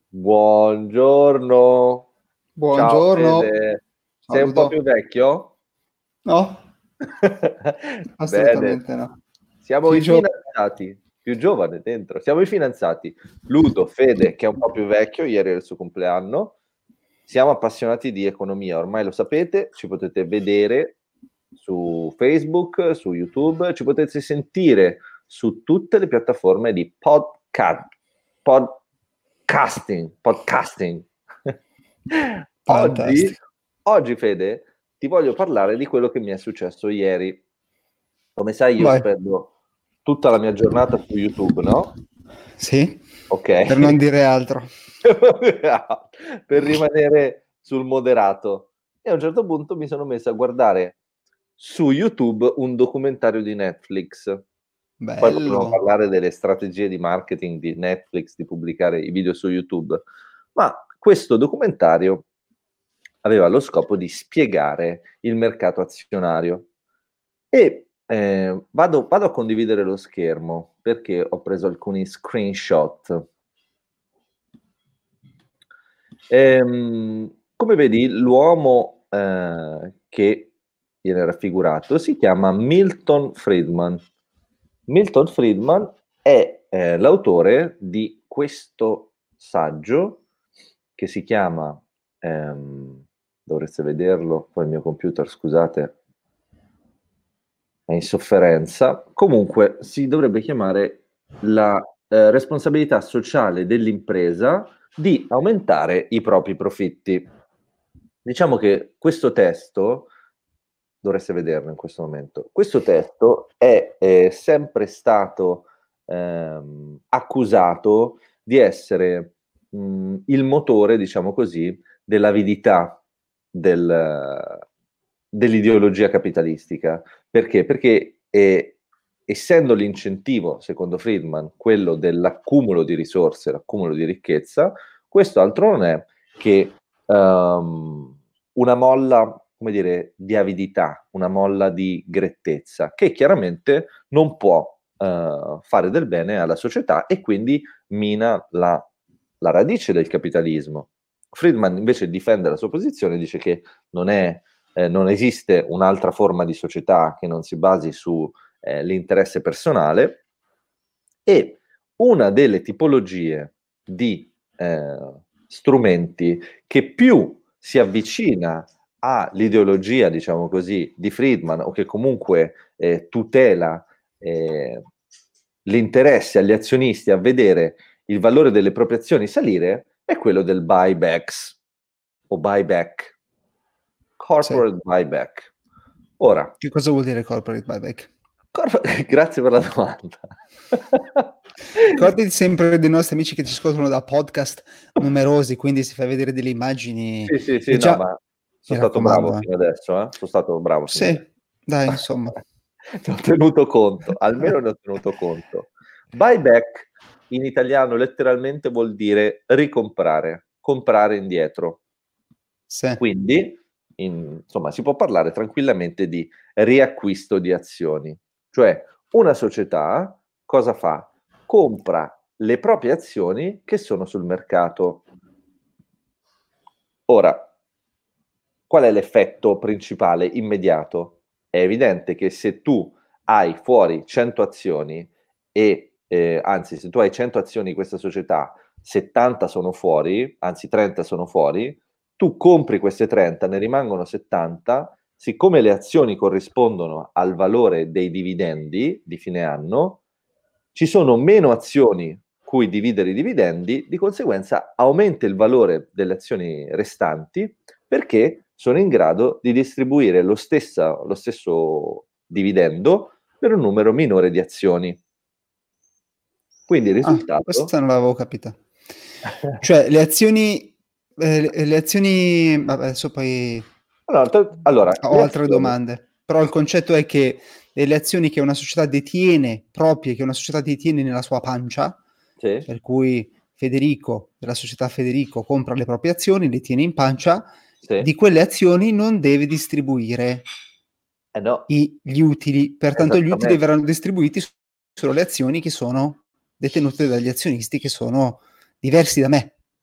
Buongiorno. Ciao Buongiorno. Fede. Ciao Sei un po' Ludo. più vecchio? No, Bene. assolutamente no. Siamo Più i giovane. fidanzati. Più giovane dentro. Siamo i fidanzati. Ludo, Fede, che è un po' più vecchio, ieri era il suo compleanno. Siamo appassionati di economia, ormai lo sapete, ci potete vedere su Facebook, su YouTube, ci potete sentire su tutte le piattaforme di podcasting. Oggi, Fantastico. oggi, Fede, ti voglio parlare di quello che mi è successo ieri. Come sai, io Vai. spendo tutta la mia giornata su YouTube, no? Sì, Ok. per non dire altro. Per rimanere sul moderato. E a un certo punto mi sono messo a guardare su YouTube un documentario di Netflix. Poi potremmo Bello. parlare delle strategie di marketing di Netflix, di pubblicare i video su YouTube. Ma questo documentario aveva lo scopo di spiegare il mercato azionario. E vado a condividere lo schermo perché ho preso alcuni screenshot. Come vedi, l'uomo che viene raffigurato si chiama Milton Friedman. Milton Friedman è l'autore di questo saggio che si chiama, dovreste vederlo, poi il mio computer, scusate, è in sofferenza. Comunque si dovrebbe chiamare la responsabilità sociale dell'impresa di aumentare i propri profitti. Diciamo che questo testo, dovreste vederlo in questo momento, questo testo è sempre stato accusato di essere il motore, diciamo così, dell'avidità dell'ideologia capitalistica. Perché? Perché essendo l'incentivo, secondo Friedman, quello dell'accumulo di risorse, l'accumulo di ricchezza, questo altro non è che una molla, come dire, di avidità, una molla di grettezza, che chiaramente non può fare del bene alla società e quindi mina la radice del capitalismo. Friedman invece difende la sua posizione, dice che non esiste un'altra forma di società che non si basi su l'interesse personale, e una delle tipologie di strumenti che più si avvicina all'ideologia, diciamo così, di Friedman, o che comunque tutela l'interesse agli azionisti a vedere il valore delle proprie azioni salire, è quello del buybacks o buyback, Sì. corporate buyback. Ora, Che cosa vuol dire corporate buyback? grazie per la domanda. Ricordati sempre dei nostri amici che ci ascoltano da podcast numerosi, quindi si fa vedere delle immagini Sì, e no, già, ma mi sono stato bravo raccomando. fino adesso, Sono stato bravo fino Sì, adesso. dai, insomma. Ne ho tenuto conto, almeno ne ho tenuto conto. Buyback in italiano letteralmente vuol dire ricomprare, comprare indietro. Sì. Quindi, insomma, si può parlare tranquillamente di riacquisto di azioni. Cioè, una società cosa fa? Compra le proprie azioni che sono sul mercato. Ora, qual è l'effetto principale immediato? È evidente che se tu hai fuori 100 azioni e anzi, se tu hai 100 azioni di questa società, 70 sono fuori, anzi 30 sono fuori, tu compri queste 30, ne rimangono 70, siccome le azioni corrispondono al valore dei dividendi di fine anno, ci sono meno azioni cui dividere i dividendi, di conseguenza aumenta il valore delle azioni restanti perché sono in grado di distribuire lo stesso dividendo per un numero minore di azioni. Quindi il risultato... Questa non l'avevo capita. Cioè, le azioni, vabbè, adesso poi Allora, ho le altre azioni... domande, però il concetto è che le azioni che una società detiene, proprie, che una società detiene nella sua pancia, Sì, per cui Federico, della società Federico, compra le proprie azioni, le tiene in pancia, di sì. quelle azioni non deve distribuire No, gli utili, pertanto gli utili esattamente. verranno distribuiti sulle azioni che sono detenute dagli azionisti che sono diversi da me.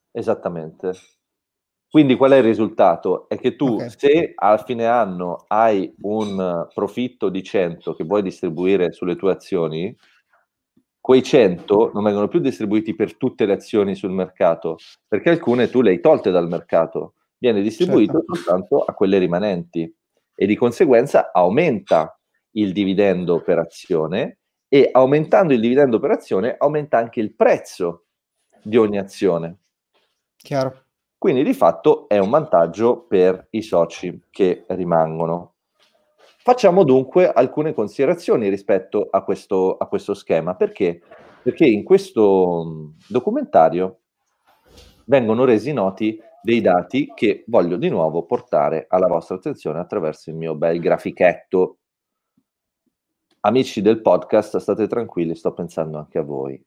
Esattamente. Quindi qual è il risultato? È che tu, Ok, se a fine anno hai un profitto di 100 che vuoi distribuire sulle tue azioni, quei 100 non vengono più distribuiti per tutte le azioni sul mercato, perché alcune tu le hai tolte dal mercato, viene distribuito certo. soltanto a quelle rimanenti e di conseguenza aumenta il dividendo per azione e aumentando il dividendo per azione aumenta anche il prezzo di ogni azione. Chiaro. Quindi di fatto è un vantaggio per i soci che rimangono. Facciamo dunque alcune considerazioni rispetto a questo schema. Perché? Perché in questo documentario vengono resi noti dei dati che voglio di nuovo portare alla vostra attenzione attraverso il mio bel grafichetto. Amici del podcast, state tranquilli, sto pensando anche a voi.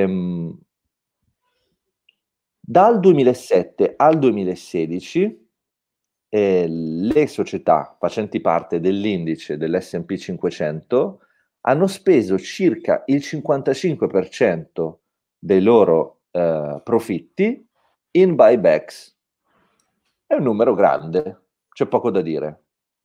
Dal 2007 al 2016 le società facenti parte dell'indice dell'S&P 500 hanno speso circa il 55% dei loro profitti in buybacks. È un numero grande, c'è poco da dire.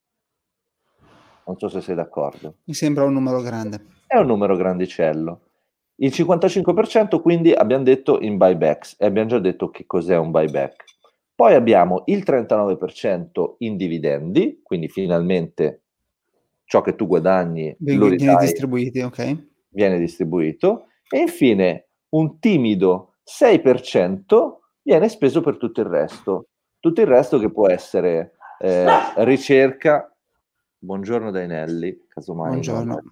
Non so se sei d'accordo. Mi sembra un numero grande. È un numero grandicello. Il 55% quindi abbiamo detto in buybacks e abbiamo già detto che cos'è un buyback. Poi abbiamo il 39% in dividendi, quindi finalmente ciò che tu guadagni lo Viene ridai, distribuiti, ok? viene distribuito e infine un timido 6% viene speso per tutto il resto. Tutto il resto che può essere ricerca, buongiorno Dainelli, casomai non Buongiorno.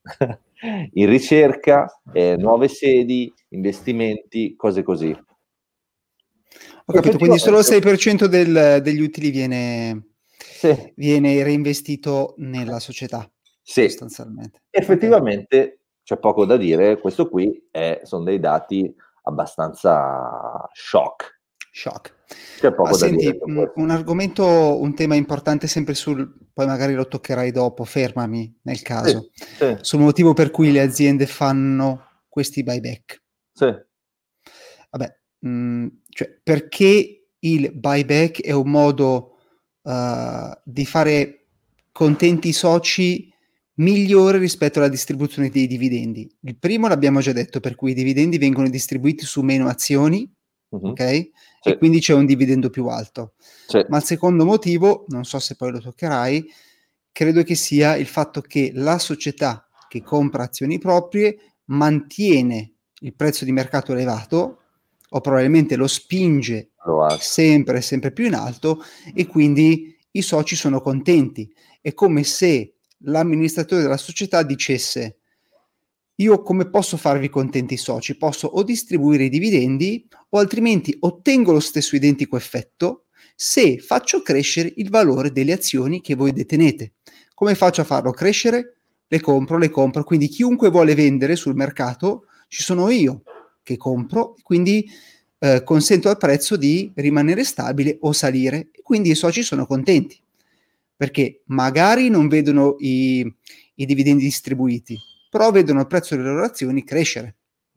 in ricerca, nuove sedi, investimenti, cose così. Ho capito, quindi solo il Effettivamente, 6% degli utili viene, sì, viene reinvestito nella società, sì, sostanzialmente. Ok, effettivamente c'è poco da dire, questo qui sono dei dati abbastanza shock, shock. c'è Ma poco da dire senti, su questo. un argomento, un tema importante sempre poi magari lo toccherai dopo, fermami nel Sì, caso, sì, sul motivo per cui le aziende fanno questi buyback. sì. Vabbè, cioè, perché il buyback è un modo di fare contenti i soci migliore rispetto alla distribuzione dei dividendi. Il primo l'abbiamo già detto, per cui i dividendi vengono distribuiti su meno azioni, Mhm. ok? Sì, E quindi c'è un dividendo più alto. sì. Ma il secondo motivo, non so se poi lo toccherai, credo che sia il fatto che la società che compra azioni proprie mantiene il prezzo di mercato elevato o probabilmente lo spinge Lo ha. sempre, sempre più in alto e quindi i soci sono contenti. È come se l'amministratore della società dicesse: io come posso farvi contenti i soci? Posso o distribuire i dividendi o altrimenti ottengo lo stesso identico effetto se faccio crescere il valore delle azioni che voi detenete. Come faccio a farlo crescere? Le compro, quindi chiunque vuole vendere sul mercato, ci sono io che compro, quindi consento al prezzo di rimanere stabile o salire, e quindi i soci sono contenti, perché magari non vedono i dividendi distribuiti, però vedono il prezzo delle loro azioni crescere.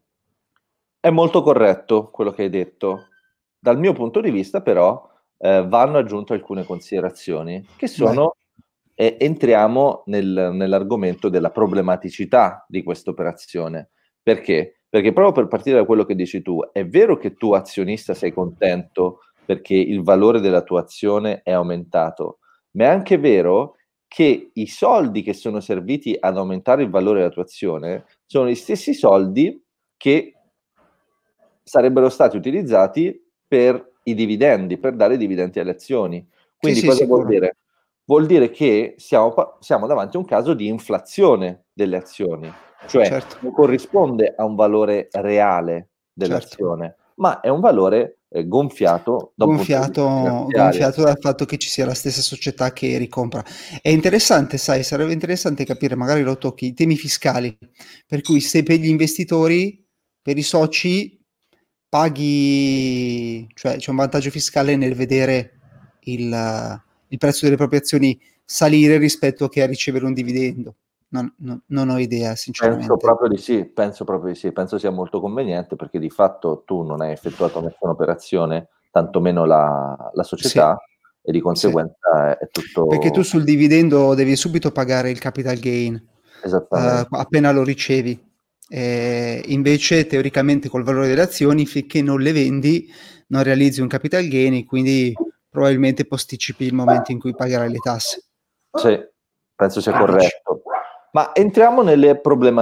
È molto corretto quello che hai detto. Dal mio punto di vista, però, vanno aggiunte alcune considerazioni che Vai. sono, entriamo nell'argomento della problematicità di questa operazione. Perché? Perché proprio per partire da quello che dici tu, è vero che tu azionista sei contento perché il valore della tua azione è aumentato, ma è anche vero che i soldi che sono serviti ad aumentare il valore della tua azione sono gli stessi soldi che sarebbero stati utilizzati per i dividendi, per dare dividendi alle azioni. Sì, Quindi sì, cosa vuol sicuro. dire? Vuol dire che siamo davanti a un caso di inflazione delle azioni, cioè Certo, non corrisponde a un valore reale certo. dell'azione, ma è un valore gonfiato da un punto di vista finanziario. Gonfiato dal fatto che ci sia la stessa società che ricompra. È interessante, sai, sarebbe interessante capire, magari lo tocchi, i temi fiscali, per cui se per gli investitori, per i soci, paghi, cioè c'è un vantaggio fiscale nel vedere il prezzo delle proprie azioni salire rispetto che a ricevere un dividendo. non ho idea, sinceramente. Penso proprio di sì, penso sia molto conveniente, perché di fatto tu non hai effettuato nessuna operazione, tantomeno la società, sì, e di conseguenza è tutto... Perché tu sul dividendo devi subito pagare il capital gain, appena lo ricevi. Invece teoricamente col valore delle azioni, finché non le vendi, non realizzi un capital gain e quindi probabilmente posticipi il momento in cui pagherai le tasse. Sì, penso sia corretto. Ma entriamo nelle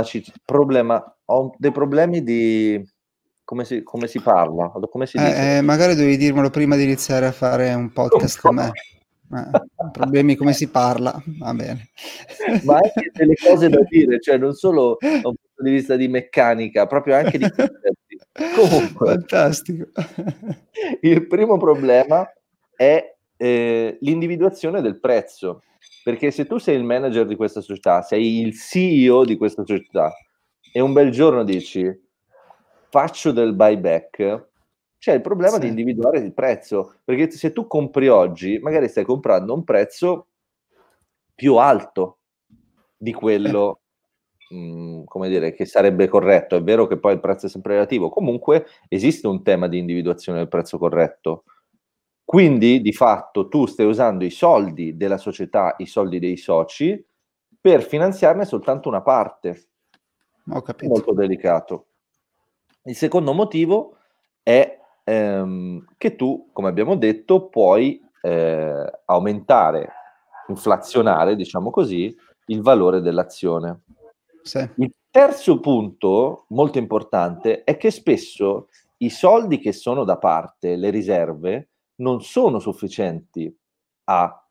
ho dei problemi di come si parla, come si dice? Magari dovevi dirmelo prima di iniziare a fare un podcast con me. Problemi come si parla, va bene. Ma anche delle cose da dire, cioè non solo da un punto di vista di meccanica, proprio anche di concetti. Comunque, fantastico. Il primo problema è l'individuazione del prezzo, perché se tu sei il manager di questa società, sei il CEO di questa società e un bel giorno dici faccio del buyback, c'è il problema di individuare il prezzo, perché se tu compri oggi, magari stai comprando a un prezzo più alto di quello come dire, che sarebbe corretto. È vero che poi il prezzo è sempre relativo, comunque esiste un tema di individuazione del prezzo corretto. Quindi di fatto tu stai usando i soldi della società, i soldi dei soci, per finanziarne soltanto una parte. Ho capito. È molto delicato. Il secondo motivo è che tu, come abbiamo detto, puoi aumentare, inflazionare, diciamo così, il valore dell'azione. Sì. Il terzo punto, molto importante, è che spesso i soldi che sono da parte, le riserve, non sono sufficienti a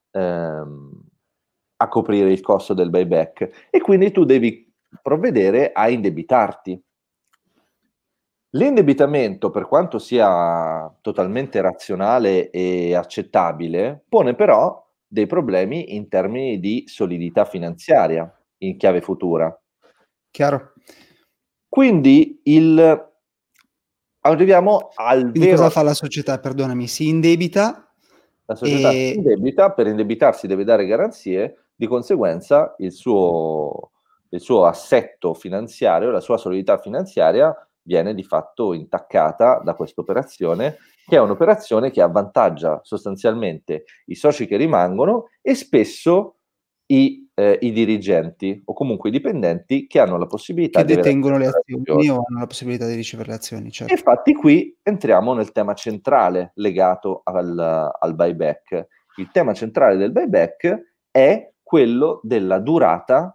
coprire il costo del buyback e quindi tu devi provvedere a indebitarti. L'indebitamento, per quanto sia totalmente razionale e accettabile, pone però dei problemi in termini di solidità finanziaria in chiave futura. Chiaro. Quindi arriviamo al Quindi vero... cosa fa la società? Perdonami, si indebita. La società si indebita, per indebitarsi deve dare garanzie, di conseguenza il suo assetto finanziario, la sua solidità finanziaria viene di fatto intaccata da questa operazione, che è un'operazione che avvantaggia sostanzialmente i soci che rimangono e spesso i dirigenti o comunque i dipendenti che hanno la possibilità che di avere detengono le accesso azioni o hanno la possibilità di ricevere le azioni, certo. Infatti qui entriamo nel tema centrale legato al buyback. Il tema centrale del buyback è quello della durata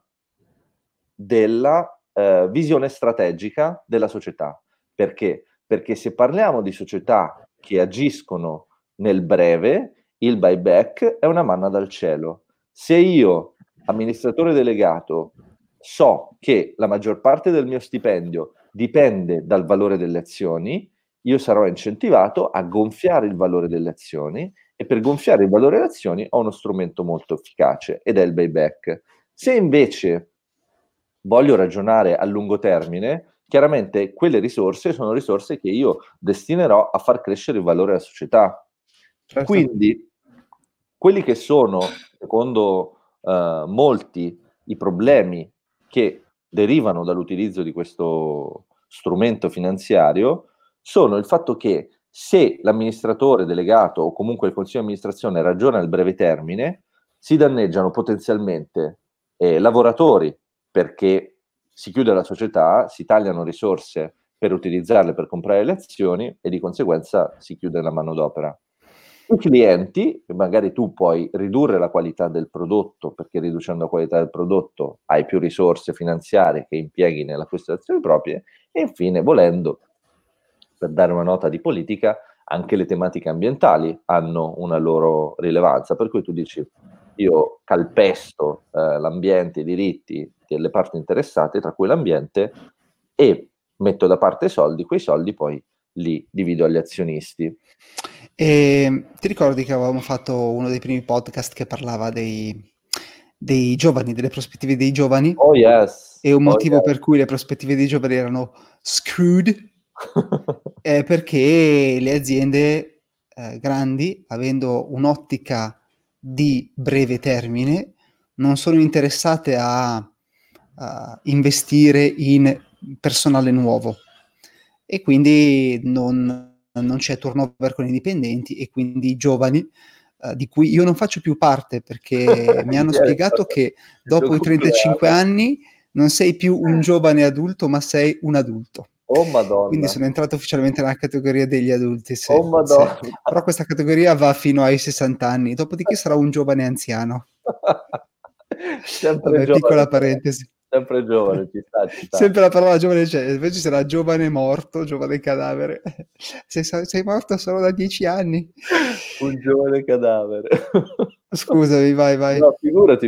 della visione strategica della società. Perché? Perché se parliamo di società che agiscono nel breve, il buyback è una manna dal cielo. Se io, amministratore delegato, so che la maggior parte del mio stipendio dipende dal valore delle azioni, io sarò incentivato a gonfiare il valore delle azioni e per gonfiare il valore delle azioni ho uno strumento molto efficace ed è il buyback. Se invece voglio ragionare a lungo termine, chiaramente quelle risorse sono risorse che io destinerò a far crescere il valore della società. Certo. Quindi quelli che sono, secondo molti, i problemi che derivano dall'utilizzo di questo strumento finanziario sono il fatto che se l'amministratore delegato o comunque il consiglio di amministrazione ragiona nel breve termine, si danneggiano potenzialmente lavoratori perché si chiude la società, si tagliano risorse per utilizzarle per comprare le azioni e di conseguenza si chiude la manodopera. I clienti, magari tu puoi ridurre la qualità del prodotto, perché riducendo la qualità del prodotto hai più risorse finanziarie che impieghi nell'acquisto di azioni proprie, e infine, volendo, per dare una nota di politica, anche le tematiche ambientali hanno una loro rilevanza, per cui tu dici io calpesto l'ambiente, i diritti delle parti interessate, tra cui l'ambiente, e metto da parte i soldi, quei soldi poi li divido agli azionisti. E ti ricordi che avevamo fatto uno dei primi podcast che parlava dei giovani, delle prospettive dei giovani? Oh yes! E un motivo per cui le prospettive dei giovani erano screwed è perché le aziende grandi, avendo un'ottica di breve termine, non sono interessate a investire in personale nuovo, e quindi non c'è turnover con i dipendenti, e quindi i giovani, di cui io non faccio più parte, perché mi hanno spiegato che dopo i 35 anni non sei più un giovane adulto, ma sei un adulto. Oh Madonna. Quindi sono entrato ufficialmente nella categoria degli adulti, sì, Oh Madonna. sì. Però questa categoria va fino ai 60 anni, dopodiché sarò un giovane anziano. Sempre Vabbè, giovane, piccola parentesi. sempre giovane, ci sta, ci sta. Sempre la parola giovane c'è, invece sarà giovane morto, giovane cadavere. Sei morto solo da 10 anni. Un giovane cadavere. Scusami, vai. No, figurati.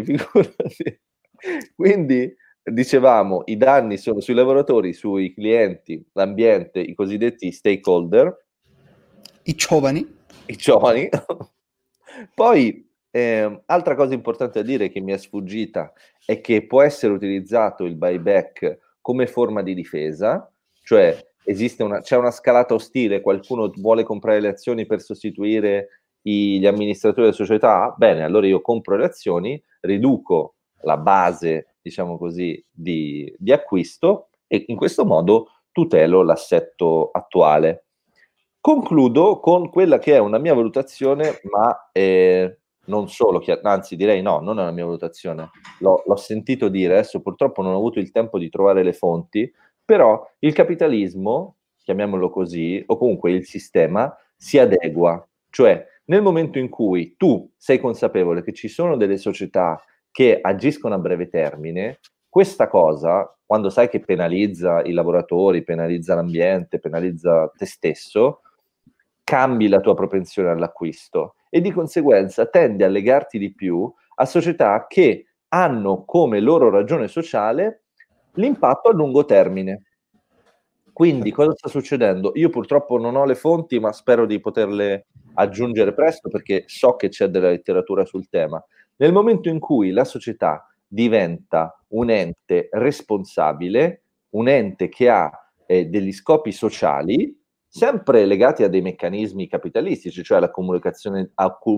Quindi, dicevamo, i danni sono sui lavoratori, sui clienti, l'ambiente, i cosiddetti stakeholder, I giovani. i giovani. Poi, altra cosa importante da dire che mi è sfuggita è che può essere utilizzato il buyback come forma di difesa, cioè c'è una scalata ostile, qualcuno vuole comprare le azioni per sostituire gli amministratori della società, bene, allora io compro le azioni, riduco la base, diciamo così, di acquisto, e in questo modo tutelo l'assetto attuale. Concludo con quella che è una mia valutazione, ma non solo, anzi direi no, non è una mia valutazione, l'ho sentito dire, adesso purtroppo non ho avuto il tempo di trovare le fonti, però il capitalismo, chiamiamolo così, o comunque il sistema, si adegua, cioè nel momento in cui tu sei consapevole che ci sono delle società che agiscono a breve termine, questa cosa, quando sai che penalizza i lavoratori, penalizza l'ambiente, penalizza te stesso, cambi la tua propensione all'acquisto e di conseguenza tendi a legarti di più a società che hanno come loro ragione sociale l'impatto a lungo termine. Quindi cosa sta succedendo? Io purtroppo non ho le fonti, ma spero di poterle aggiungere presto, perché so che c'è della letteratura sul tema. Nel momento in cui la società diventa un ente responsabile, un ente che ha degli scopi sociali, sempre legati a dei meccanismi capitalistici, cioè la comunicazione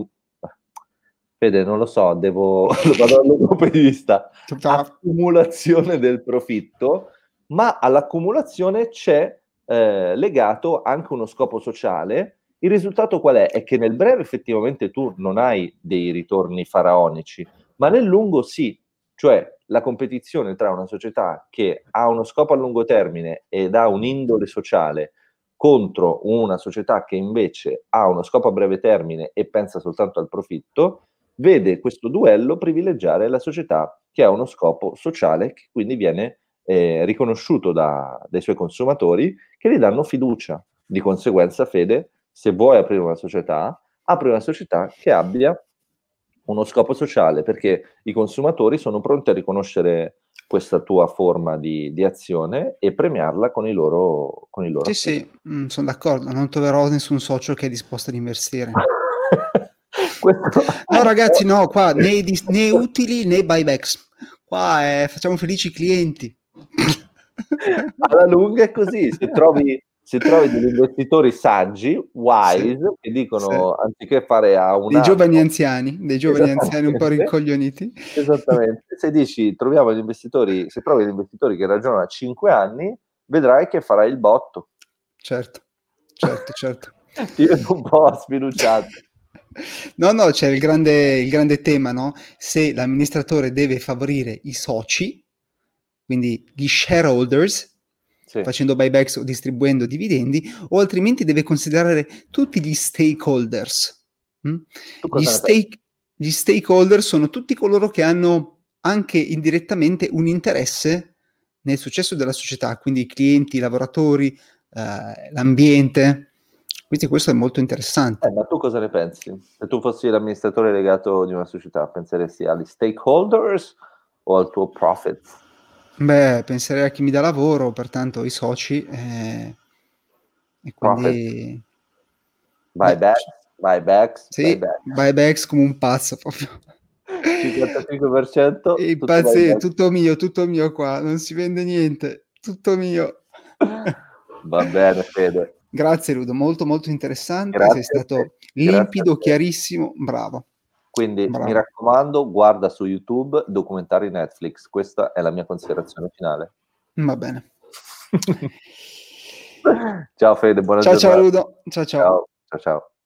Fede, non lo so, vado all'ortopedista. Accumulazione del profitto, ma all'accumulazione c'è legato anche uno scopo sociale. Il risultato qual è? È che nel breve effettivamente tu non hai dei ritorni faraonici, ma nel lungo sì, cioè la competizione tra una società che ha uno scopo a lungo termine ed ha un'indole sociale contro una società che invece ha uno scopo a breve termine e pensa soltanto al profitto, vede questo duello privilegiare la società che ha uno scopo sociale, che quindi viene riconosciuto dai suoi consumatori, che gli danno fiducia. Di conseguenza, Fede, se vuoi aprire una società, apri una società che abbia uno scopo sociale, perché i consumatori sono pronti a riconoscere questa tua forma di azione e premiarla con i loro Sì, sono d'accordo, non troverò nessun socio che è disposto ad investire. No ragazzi, no, qua né utili né buybacks, qua facciamo felici i clienti. Alla lunga è così, se trovi degli investitori saggi, wise, sì, che dicono sì, anziché fare a un dei anno, giovani anziani un po' rincoglioniti. Esattamente, se dici troviamo gli investitori, se trovi gli investitori che ragionano a 5 anni, vedrai che farai il botto. Certo. Ti vedo un po' sfiduciato. No, c'è il grande tema, no? Se l'amministratore deve favorire i soci, quindi gli shareholders, sì, facendo buybacks o distribuendo dividendi, o altrimenti deve considerare tutti gli stakeholders. Gli stakeholder sono tutti coloro che hanno anche indirettamente un interesse nel successo della società, quindi i clienti, i lavoratori, l'ambiente. Quindi questo è molto interessante. Ma tu cosa ne pensi? Se tu fossi l'amministratore legato di una società, penseresti agli stakeholders o al tuo profit? Beh, penserei a chi mi dà lavoro, pertanto i soci, e quindi... Buybacks. Sì, buybacks come un pazzo proprio. 55%. Tutto mio qua, non si vende niente, tutto mio. Va bene, Fede. Grazie Ludo, molto interessante, Grazie, sei stato limpido, chiarissimo, bravo. Quindi Bravo. mi raccomando, guarda su YouTube documentari Netflix, questa è la mia considerazione finale. Va bene. Ciao Fede, buona Ciao giornata. Ludo, ciao. Ciao.